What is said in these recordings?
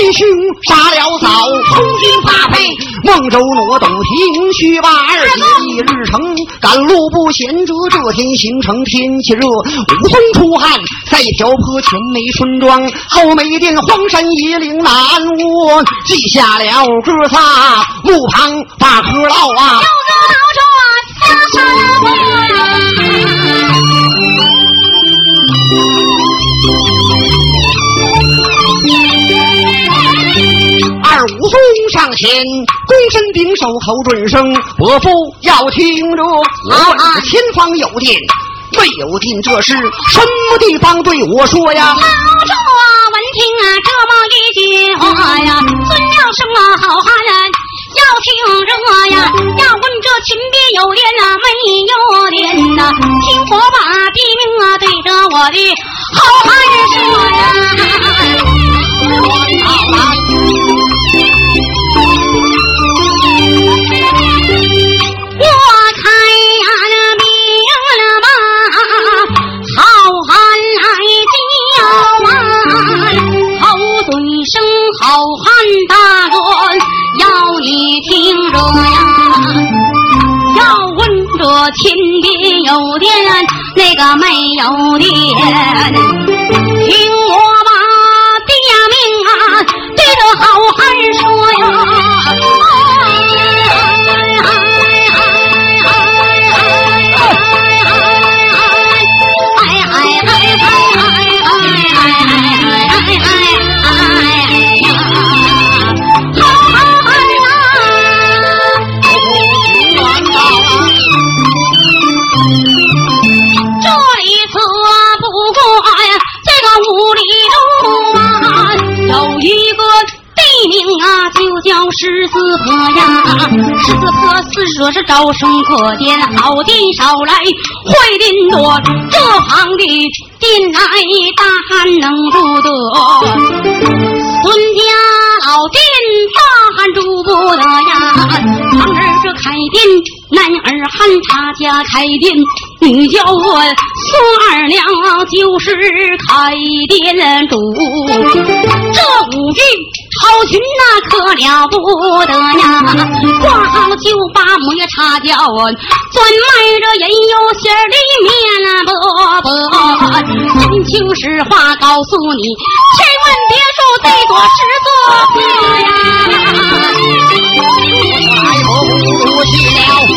弟兄杀了嫂，从军发配孟州挪东平须把2节日程，赶路不闲着，这天行程天气热，武松出汉赛瓢坡，前没村庄，后没店，荒山野岭难窝，记下了哥仨路旁把河唠啊， 就这老周啊下山坡二武松上前躬身顶首口准声，伯父要听着，我问前方有店未有店，这是什么地方？对我说呀。 老周啊闻听啊这么一句话呀，尊了声啊好汉人要听着呀，要问这秦边有店啊没有店呐，听我把地名啊对着我的好汉说呀。好啊，我开呀那明了吧，好汉来叫啊，口嘴声好汉大人要你听着呀，要问这前边有店那个没有店，听我把地名啊对着好汉说呀。狮子坡呀，狮子坡四舍是招生可店，好店少来坏店多，这行的店来大汉能住得，孙家老店大汉住不得呀。旁儿这开店，男儿汉他家开店，女叫我孙二娘就是开店主，这5句好群那可了不得呀，挂好酒吧母也插脚专卖着人有馅的面不真情实话告诉你，千万别说这座是座破呀， 哎我不如气了。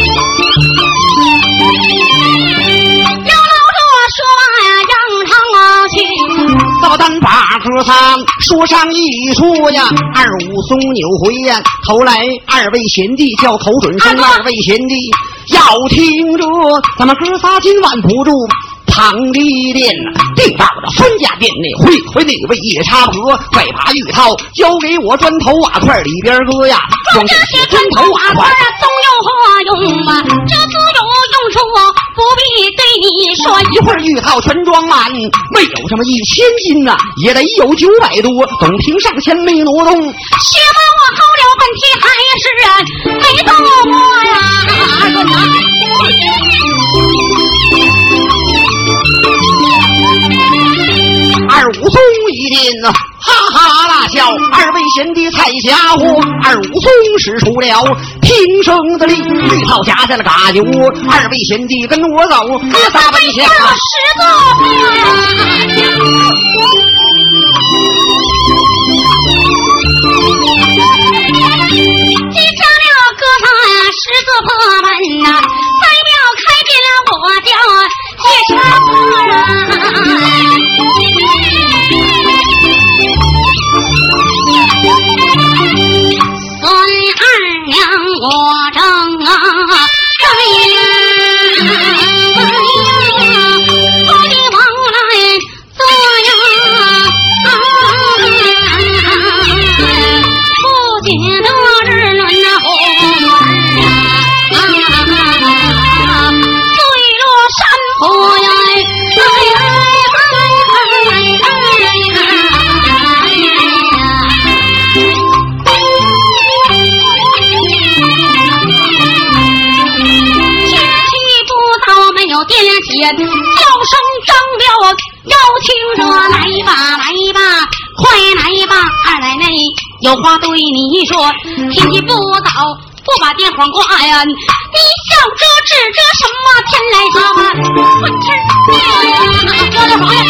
刘老周说话呀让他去， 到单把哥仨说上一说呀，二武松扭回呀头来，2位贤弟叫口准声，2位贤弟要听着，咱们哥仨今晚不住旁的店，定到了孙家店内，回那位夜叉婆，快把玉套交给我，砖头瓦块里边搁呀， 装这些砖头瓦块啊总有何用啊，这自有用处不必对你说， 一会儿玉套全装满，没有这么1000斤呐，也得有900多，总凭上前没挪动， 学问我好了半天还是没动我呀。 二武松一听哈哈大笑，2位贤弟菜家伙，二武松使出了平生的力，玉套夹在了嘎油，2位贤弟跟我走，哥仨奔下 10座记下了哥仨呀10座破门呐，代表开遍了我叫夜叉婆啊。孙二娘我正在呀，我的往来做呀，不觉得日轮那红儿坠落山坡呀，店前叫声张彪，要听着来吧来吧， 快来吧，二奶奶有话对你说，天气不早，不把电话挂呀！你笑着指着什么天来早啊？混吃说的好呀！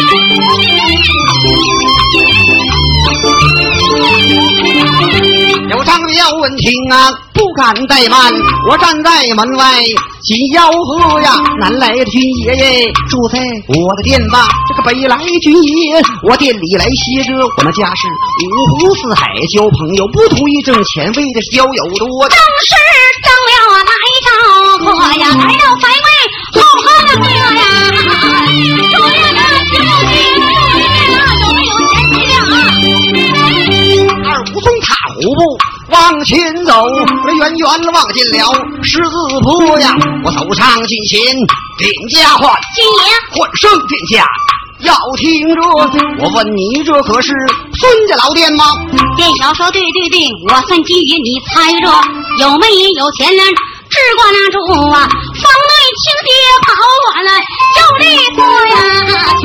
有张要问听啊，不敢怠慢，我站在门外紧吆喝呀，南来的军爷爷住在我的店吧，这个北来军爷我店里来歇着，我们家是五湖四海交朋友，不图一挣钱，为的是交友多。 正是正了来朝贺呀，来到财位好好的贺呀，祝愿他兄弟有没有钱钱呀？ 二武松踏虎步往前走，远远的望见了十字坡呀，我走上近前点家唤军爷唤声殿下，要听着，我问你这可是孙家老店吗？ 店小说对，我算军爷，你猜着有没有钱人只管拿住啊，房内清洁跑完了有力多呀，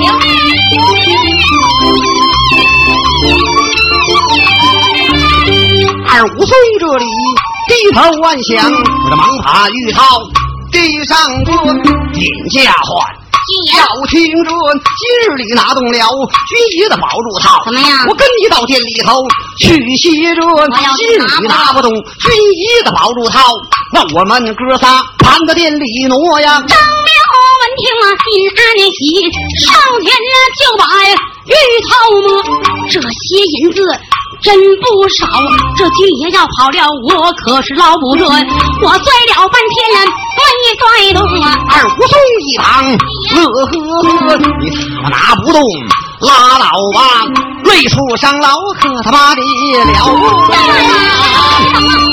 二武松这里低头暗想，我这忙把玉套递上桌，点家唤要听着，今日里拿动了军爷的宝珠套， 怎么样？ 我跟你到店里头去歇着，今日里拿不动军爷的宝珠套，让我们哥仨盘到店里挪呀。 张辽闻听了心安喜，上前就把玉套摸，这些银子真不少，这军爷要跑了，我可是捞不准。我拽了半天没拽动啊！ 二武松一旁乐呵呵，你他妈拿不动，拉倒吧，累出伤劳可他妈的了不得。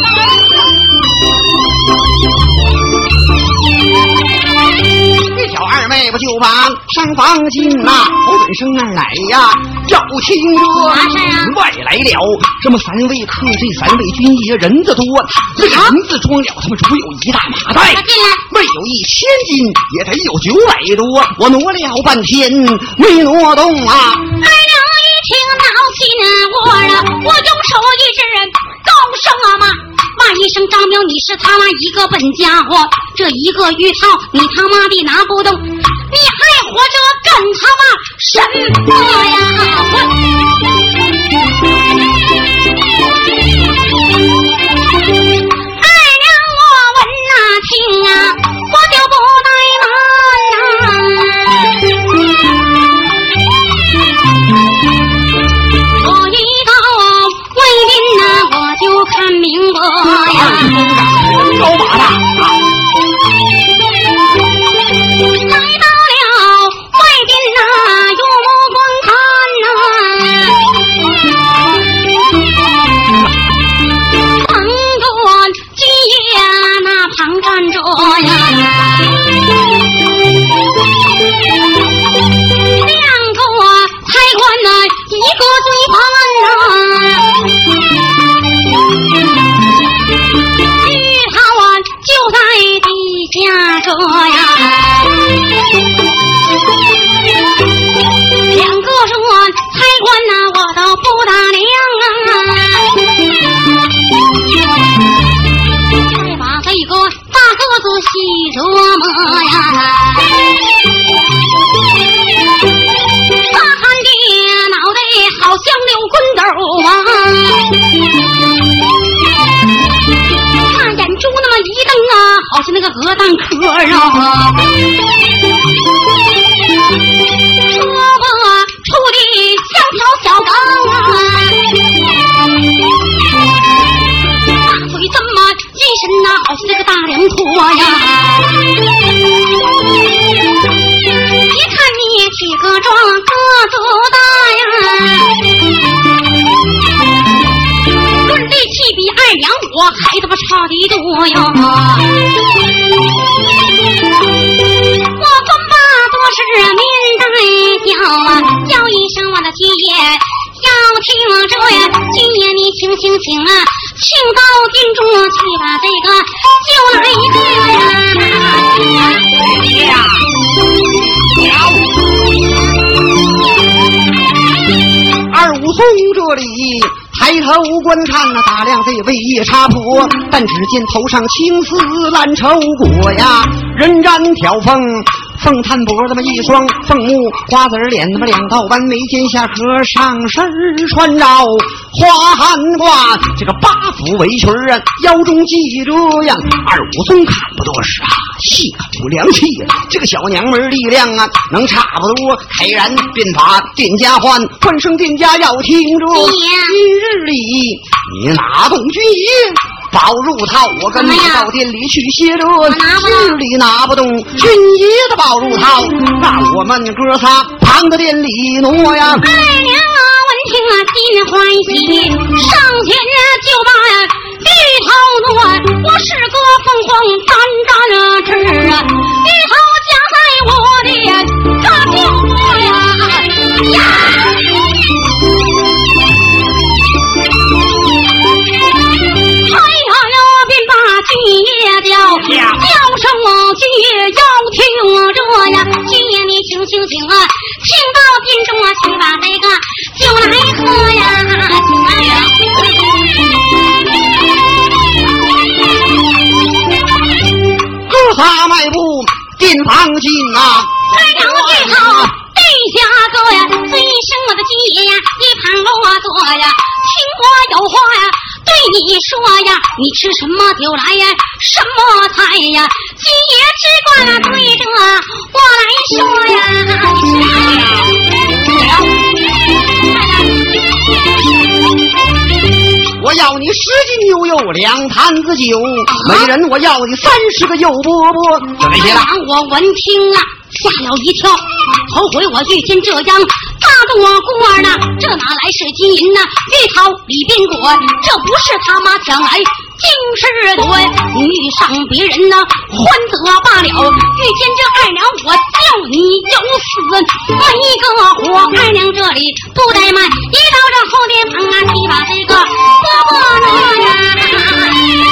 小二妹不就把上房进呐，口准声儿来呀，要听着外来了这么三位客，这三位军爷人子多，这银子装了他们足有一大麻袋，没有1000斤也得有900多，我挪了半天没挪动啊。 二娘一听闹心窝了，我用手一指高声骂一声，张彪你是他妈一个笨家伙，这一个玉套你他妈的拿不动，你还活着干他妈什么呀？二娘我闻听啊，我就不怠慢我一到卫兵啊，我就看明白高马大来到了外边呐，用目光看呐，旁着军爷那旁站着呀，两个差官呐，一个罪犯呐。就在地下着呀，两个说差官呐，我都不打量啊，再把这个大个子细琢磨呀，大汉的脑袋好像溜棍斗啊，眼珠那么一瞪啊，好像那个鹅蛋壳啊，说我处的像条小缸啊，大嘴这么一身呐，好像那个大梁拖呀，一看你体格壮，个子大呀，论力气比二娘我还他妈差的多呀！我分吧多是面带笑啊，叫一声我的军爷，要听着呀，军爷你请啊，请到殿中去把这个就来一个呀！ 二武松观看那大梁这位夜插坡，但只见头上青丝烂绸裹呀，人染挑凤。凤探脖那么一双凤目花子脸，那么两道弯眉尖下颌，上身穿着花汗褂，这个八府围裙啊，腰中系着呀。二武松看不多时啊，细口凉气呀，这个小娘们力量啊，能差不多开然变法店家换声店家要听着。今日里你哪动军爷保入套，我跟你到店里去歇着。日里拿不动军爷的保入套，那我们哥仨旁的店里挪呀。 二娘啊，闻听啊，心欢喜，上前就把呀玉头挪。我是个凤凰单吃啊，玉头夹在我的大舅窝呀。叫声我军爷要听着呀，军爷你请啊，请到殿中啊去把这个酒来喝呀。 哥仨迈步殿房进啊， 二娘玉头地下哥呀，尊声我的军爷呀，一旁落座呀，听我有话呀。对你说呀，你吃什么酒来呀？什么菜呀？军爷只管了对着我来说呀。 我要你10斤牛肉，2坛子酒，每人我要你30个肉饽饽。就这些了。 我闻听了吓了一跳，头回我遇见这样大动锅呢，这哪来是金银呢？玉桃李宾果，这不是他妈抢来金士多，遇上别人呢欢得罢了，遇见这二娘我叫你有死没个活。二娘这里不怠慢，一到这后殿旁啊，你把这个饽饽挪呀。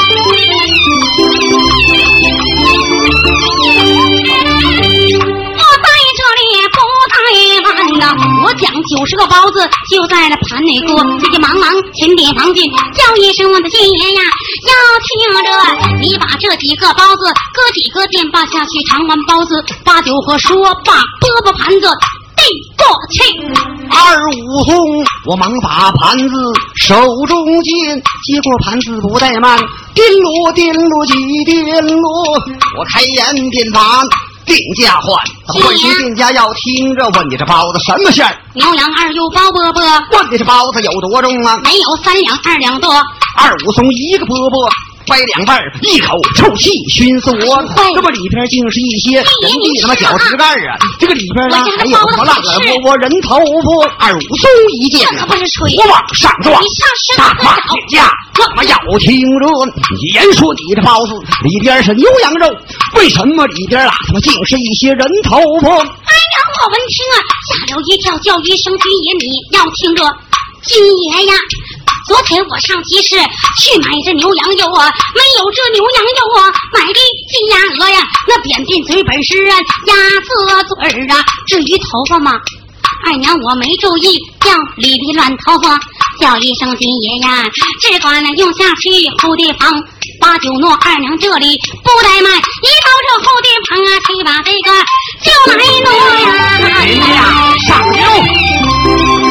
我讲90个包子就在那盘内搁，急急忙忙前殿房进，叫一声我的军爷呀，要听着你把这几个包子搁几个电把下去，尝完包子把酒喝，说罢饽饽盘子递过去。 二武松我忙把盘子手中接，接过盘子不怠慢，颠落几颠落，我开言便把店家换声店家要听着，问你这包子什么馅儿？ 牛羊2油包饽饽。 问你这包子有多重啊？ 没有3两2两多。 二武松一个饽饽掰2半，一口臭气熏死我。这么里边竟是一些人地他妈脚趾盖啊！这个里边呢还有什么烂耳饽饽、人头饽。二武松一见， 这可不是吹， 我往上撞，大骂店家，他妈要听着，言说你这包子里边是牛羊肉，为什么里边啊他妈竟是一些人头饽？ 哎呀，我闻听啊吓了一跳，叫一声军爷，你要听着，军爷呀。昨天我上集市去买这牛羊肉啊，没有这牛羊肉啊，买的金鸭鹅呀，那扁嘴本是啊鸭子嘴儿啊。至于头发嘛，二娘我没注意，叫里的乱头发，叫一声军爷呀，只管呢用下去后地方，把酒挪。二娘这里不怠慢，一到这后地旁啊，谁把这个酒来挪呀？ 人家上酒。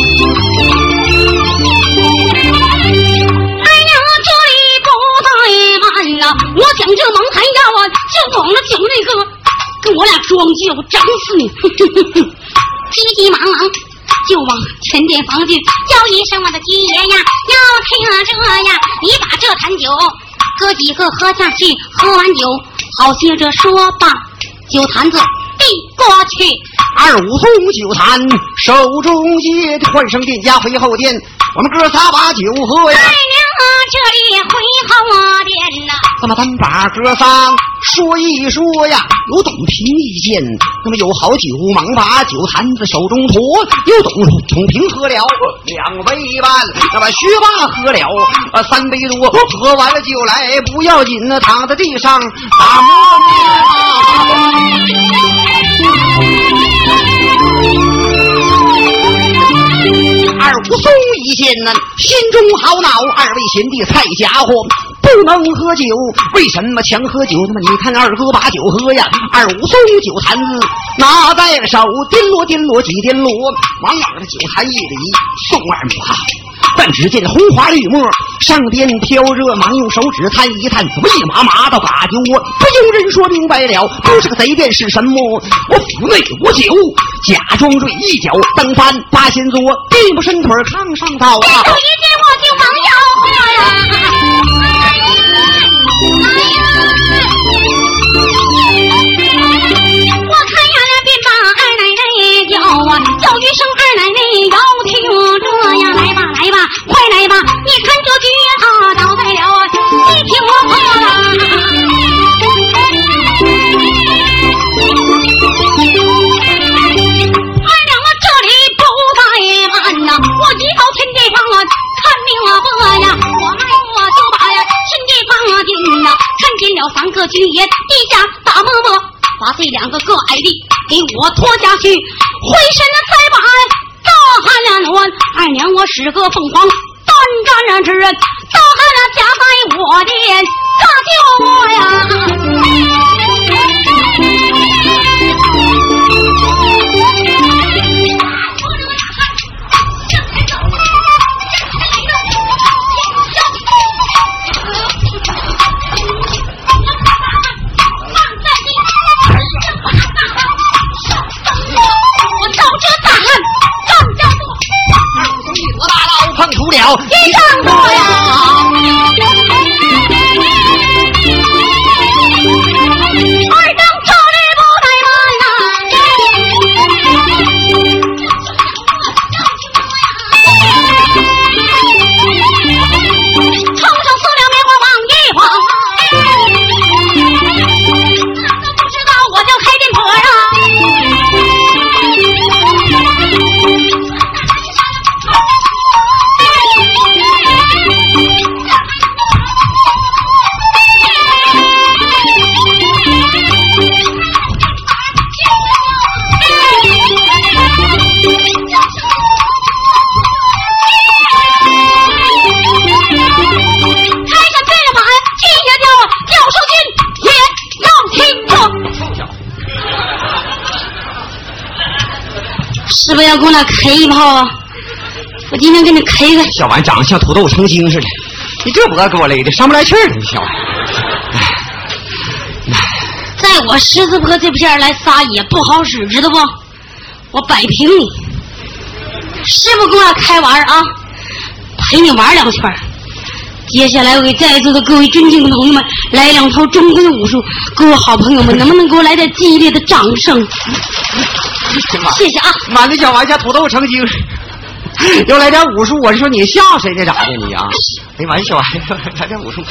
我讲这蒙台药啊，就往了酒那个，跟我俩装酒，整死你！急急忙忙就往前殿房进，叫一声我的军爷呀，要听这呀，你把这坛酒哥几个喝下去，喝完酒好些着说罢，酒坛子递过去。 二武松酒坛手中接，换声店家回后殿，我们哥仨把酒喝呀。 二娘啊，这里回后殿呐， 那么咱把哥仨说一说呀，有董平意见，那么有好酒忙把酒坛子手中托，有董平喝了2杯半，那么薛霸喝了3杯多，喝完了酒来不要紧呢，躺在地上打摸二二武松一见呢，心中好恼。二位贤弟菜家伙不能喝酒，为什么强喝酒？那么你看二哥把酒喝呀，二武松酒坛子拿在了手，颠簸颠簸几颠簸，往哪的酒坛一里送二母哈。但只见红花绿墨上边飘热，忙用手指探一探，怎么一麻麻的把酒窝？不由人说明白了，不是个贼便是什么？我府内无酒，假装锐一脚蹬翻八仙桌，并不伸腿炕上倒啊！ 有一天我就忙要喝呀。我看呀便把二奶奶叫啊，叫一声二奶奶要听着呀，来吧来吧，快来吧！你看这局他倒在了，你听我喝啦。二娘啊，这里不怠慢呐，我一到天地方啊，看明白呀，我就把呀天地方进呐，看见了三个军爷地下打嬷嬷，把这两个个矮的给我拖下去，回身的才把大汉了暖。二娘我是个凤凰单战之人，大汉了夹在我的大舅我呀。一上桌呀，二等这里不怠慢呐，头上四两棉花往一晃，不知道我就开店婆啊。是不是要给我那开一炮啊？我今天给你开一个。 小玩意长得像土豆成精似的，你这脖给我勒的上不来气儿了，你小玩意。 在我狮子坡这片来撒野不好使，知道不？我摆平你，是不给我开玩啊？陪你玩两圈。接下来我给在座的各位尊敬的朋友们来两套中规武术，各位好朋友们能不能给我来点激烈的掌声？谢谢啊！ 满的小玩家土豆成精，又来点武术，我是说你像谁呢？咋的你啊？哎妈呀，小玩意来点武术，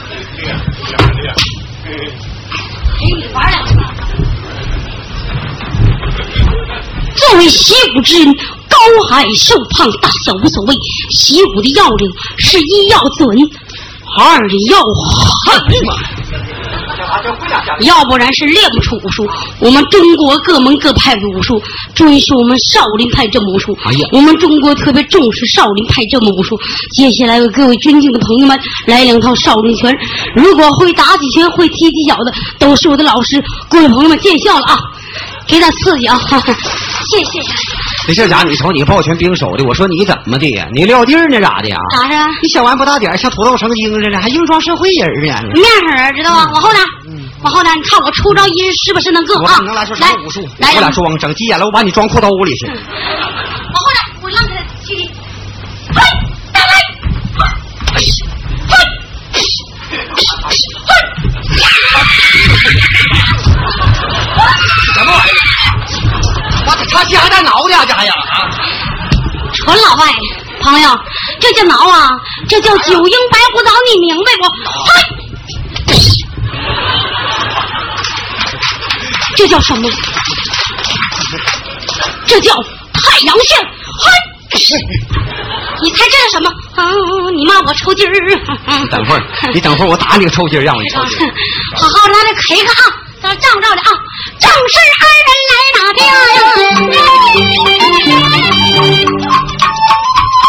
陪你玩两圈。作为习武之人，高矮瘦胖大小无所谓，习武的要领是一要准，二要狠，要不然是练不出武术。我们中国各门各派的武术专属我们少林派这门武术，我们中国特别重视少林派这门武术。接下来为各位尊敬的朋友们来两套少林拳，如果会打几拳会踢几脚的都是我的老师，各位朋友们见笑了啊，给点刺激啊！谢谢。 没事，家你瞅你抱拳兵手的，我说你怎么的呀？你撂地儿呢咋的呀？ 咋着？ 你小玩不大点，像土豆成精似的，还硬装社会人呢？ 面儿知道吧？往后点，往后点，你看我出招一是不是能够啊？ 我能来说什么武术？来，我俩装整急眼了，我把你装裤兜里去。 往后点，我让他去。嘿，再来！嘿， 什么玩意儿？他鸡还带挠的啊，家呀！ 纯老外朋友，这叫挠啊，这叫九阴白虎挠，你明白不？嘿，这叫什么？这叫太阳穴。嘿，你猜这是什么？你骂我抽筋儿。 你等会儿，我打你个抽筋儿，让你抽筋儿。 好好来可以看啊，咱们照的啊，正是二人来哪边？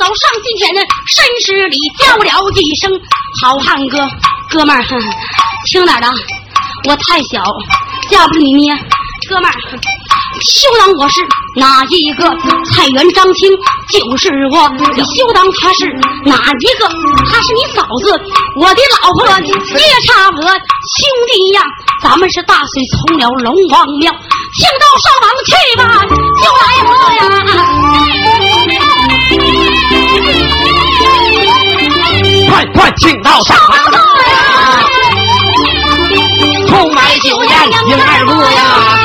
走上近前，绅士里叫了几声好汉哥们儿，轻点的，我太小，叫不你捏，哥们儿。休当我是哪一个？菜园张青就是我。你休当他是哪一个？他是你嫂子，我的老婆夜叉娥兄弟呀，咱们是大隋从了龙王庙，请到上王去吧，就来喝呀！ 快请到上王呀！空买酒宴迎二哥呀！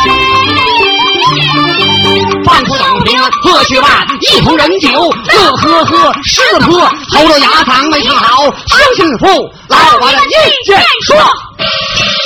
饭不等平，喝去饭，一同人酒，喝，吃喝，喉咙牙嗓没唱好，相信父，老我的意见说。